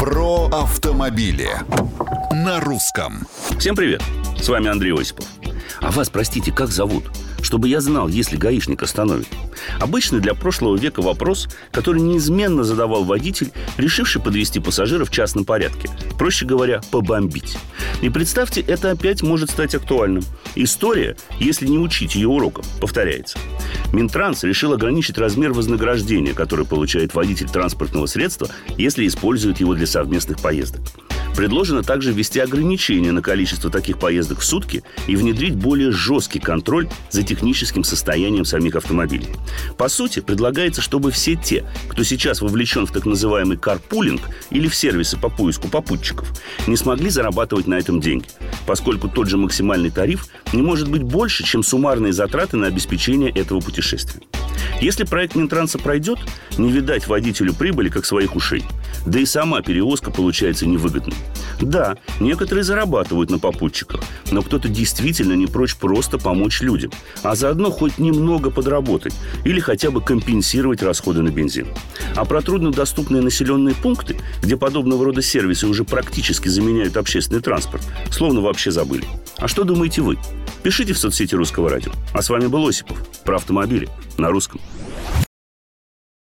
Про автомобили на русском. Всем привет, с вами Андрей Осипов. А вас, простите, как зовут? Чтобы я знал, если гаишник остановит. Обычный для прошлого века вопрос, который неизменно задавал водитель, решивший подвезти пассажира в частном порядке. Проще говоря, побомбить. И представьте, это опять может стать актуальным. История, если не учить ее урокам, повторяется. Минтранс решил ограничить размер вознаграждения, которое получает водитель транспортного средства, если использует его для совместных поездок. Предложено также ввести ограничения на количество таких поездок в сутки и внедрить более жесткий контроль за техническим состоянием самих автомобилей. По сути, предлагается, чтобы все те, кто сейчас вовлечен в так называемый карпулинг или в сервисы по поиску попутчиков, не смогли зарабатывать на этом деньги, поскольку тот же максимальный тариф не может быть больше, чем суммарные затраты на обеспечение этого путешествия. Если проект Минтранса пройдет, не видать водителю прибыли, как своих ушей. Да и сама перевозка получается невыгодной. Да, некоторые зарабатывают на попутчиках, но кто-то действительно не прочь просто помочь людям, а заодно хоть немного подработать или хотя бы компенсировать расходы на бензин. А про труднодоступные населенные пункты, где подобного рода сервисы уже практически заменяют общественный транспорт, словно вообще забыли. А что думаете вы? Пишите в соцсети Русского радио. А с вами был Осипов. Про автомобили на русском.